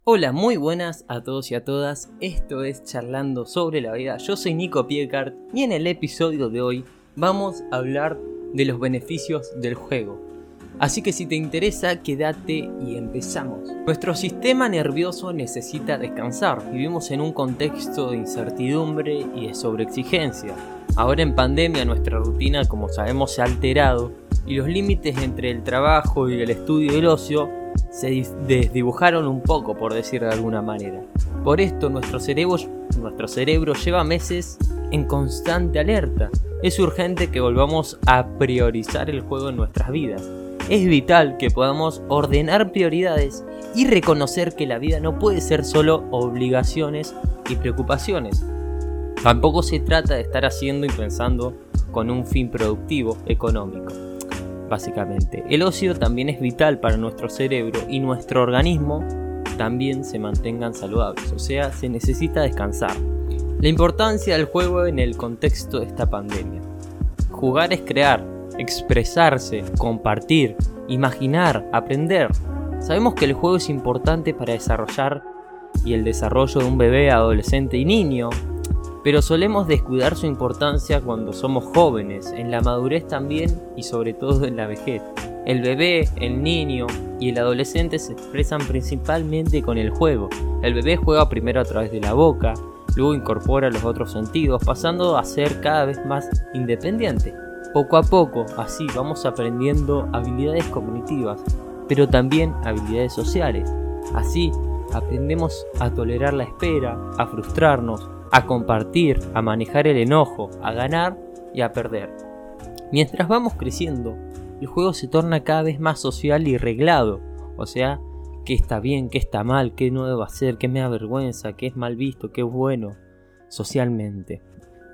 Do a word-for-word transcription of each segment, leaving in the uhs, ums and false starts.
Hola, muy buenas a todos y a todas, esto es Charlando sobre la Vida, yo soy Nico Piecart y en el episodio de hoy vamos a hablar de los beneficios del juego. Así que si te interesa, quédate y empezamos. Nuestro sistema nervioso necesita descansar, vivimos en un contexto de incertidumbre y de sobreexigencia. Ahora en pandemia nuestra rutina, como sabemos, se ha alterado y los límites entre el trabajo y el estudio y el ocio se desdibujaron un poco, por decir de alguna manera. Por esto nuestro cerebro, nuestro cerebro lleva meses en constante alerta. Es urgente que volvamos a priorizar el juego en nuestras vidas. Es vital que podamos ordenar prioridades y reconocer que la vida no puede ser solo obligaciones y preocupaciones. Tampoco se trata de estar haciendo y pensando con un fin productivo económico. Básicamente, el ocio también es vital para nuestro cerebro y nuestro organismo también se mantengan saludables, o sea, se necesita descansar. La importancia del juego en el contexto de esta pandemia. Jugar es crear, expresarse, compartir, imaginar, aprender. Sabemos que el juego es importante para desarrollar y el desarrollo de un bebé, adolescente y niño, pero solemos descuidar su importancia cuando somos jóvenes, en la madurez también y sobre todo en la vejez. El bebé, el niño y el adolescente se expresan principalmente con el juego. El bebé juega primero a través de la boca, luego incorpora los otros sentidos, pasando a ser cada vez más independiente. Poco a poco, así vamos aprendiendo habilidades cognitivas, pero también habilidades sociales. Así aprendemos a tolerar la espera, a frustrarnos, a compartir, a manejar el enojo, a ganar y a perder. Mientras vamos creciendo, el juego se torna cada vez más social y reglado, o sea, qué está bien, qué está mal, qué no debo hacer, qué me da vergüenza, qué es mal visto, qué es bueno, socialmente.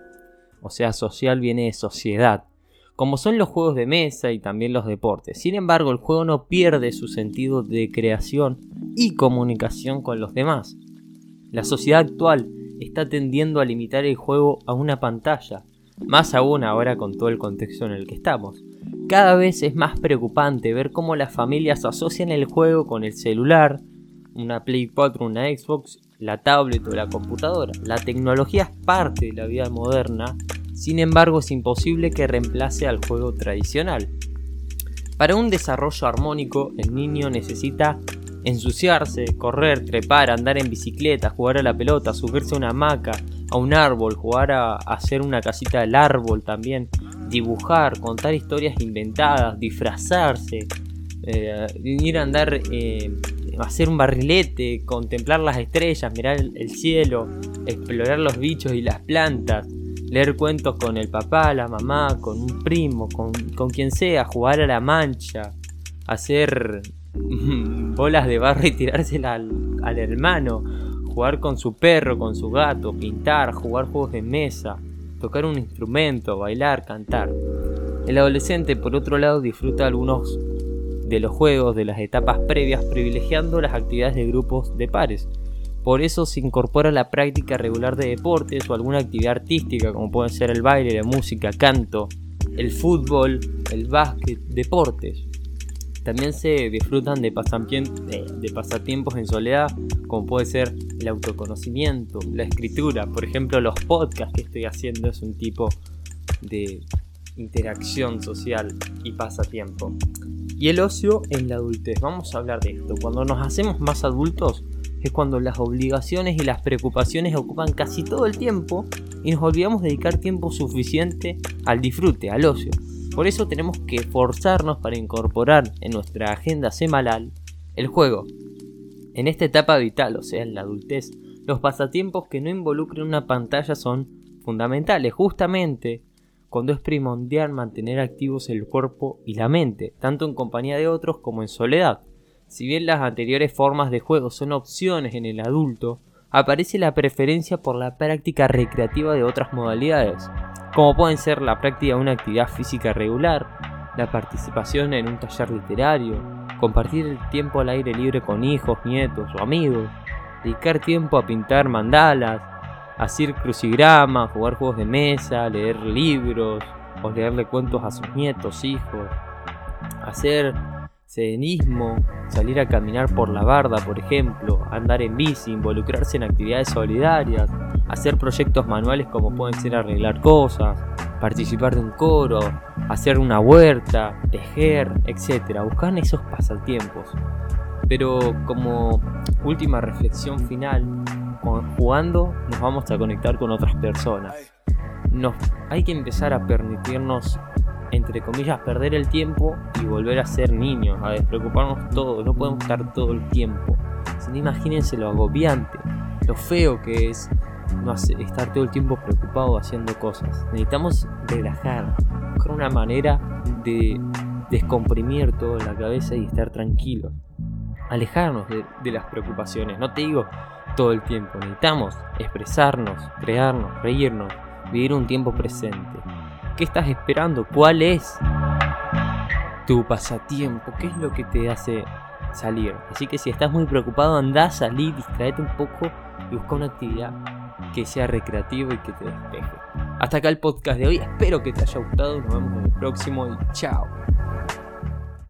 O sea, social viene de sociedad, como son los juegos de mesa y también los deportes. Sin embargo, el juego no pierde su sentido de creación y comunicación con los demás. La sociedad actual está tendiendo a limitar el juego a una pantalla, más aún ahora con todo el contexto en el que estamos. Cada vez es más preocupante ver cómo las familias asocian el juego con el celular, una Play cuatro, una Xbox, la tablet o la computadora. La tecnología es parte de la vida moderna, sin embargo es imposible que reemplace al juego tradicional. Para un desarrollo armónico, el niño necesita ensuciarse, correr, trepar, andar en bicicleta, jugar a la pelota, subirse a una hamaca, a un árbol, jugar a, a hacer una casita del árbol también, dibujar, contar historias inventadas, disfrazarse, eh, ir a andar, eh, hacer un barrilete, contemplar las estrellas, mirar el, el cielo, explorar los bichos y las plantas, leer cuentos con el papá, la mamá, con un primo, con, con quien sea, jugar a la mancha, hacer bolas de barro y tirárselas al, al hermano, jugar con su perro, con su gato, pintar, jugar juegos de mesa, tocar un instrumento, bailar, cantar. El adolescente, por otro lado, disfruta algunos de los juegos de las etapas previas, privilegiando las actividades de grupos de pares. Por eso se incorpora la práctica regular de deportes o alguna actividad artística, como pueden ser el baile, la música, canto, el fútbol, el básquet, deportes. También se disfrutan de, de, de pasatiempos en soledad, como puede ser el autoconocimiento, la escritura. Por ejemplo, los podcasts que estoy haciendo es un tipo de interacción social y pasatiempo. Y el ocio en la adultez. Vamos a hablar de esto. Cuando nos hacemos más adultos es cuando las obligaciones y las preocupaciones ocupan casi todo el tiempo y nos olvidamos de dedicar tiempo suficiente al disfrute, al ocio. Por eso tenemos que esforzarnos para incorporar en nuestra agenda semanal el juego. En esta etapa vital, o sea, en la adultez, los pasatiempos que no involucren una pantalla son fundamentales, justamente cuando es primordial mantener activos el cuerpo y la mente, tanto en compañía de otros como en soledad. Si bien las anteriores formas de juego son opciones en el adulto, aparece la preferencia por la práctica recreativa de otras modalidades, como pueden ser la práctica de una actividad física regular, la participación en un taller literario, compartir el tiempo al aire libre con hijos, nietos o amigos, dedicar tiempo a pintar mandalas, hacer crucigramas, jugar juegos de mesa, leer libros o leerle cuentos a sus nietos, hijos, hacer sedenismo, salir a caminar por la barda, por ejemplo, andar en bici, involucrarse en actividades solidarias, hacer proyectos manuales como pueden ser arreglar cosas, participar de un coro, hacer una huerta, tejer, etcétera. Buscar esos pasatiempos. Pero como última reflexión final, jugando nos vamos a conectar con otras personas. Nos, hay que empezar a permitirnos, entre comillas, perder el tiempo y volver a ser niños, a despreocuparnos todo. No podemos estar todo el tiempo. Si no, imagínense lo agobiante, lo feo que es no hacer, estar todo el tiempo preocupado haciendo cosas. Necesitamos relajar, buscar una manera de descomprimir toda la cabeza y estar tranquilos. Alejarnos de, de las preocupaciones. No te digo todo el tiempo. Necesitamos expresarnos, crearnos, reírnos, vivir un tiempo presente. ¿Qué estás esperando? ¿Cuál es tu pasatiempo? ¿Qué es lo que te hace salir? Así que si estás muy preocupado, anda a salir, distraete un poco y busca una actividad que sea recreativa y que te despeje. Hasta acá el podcast de hoy. Espero que te haya gustado. Nos vemos en el próximo y chao.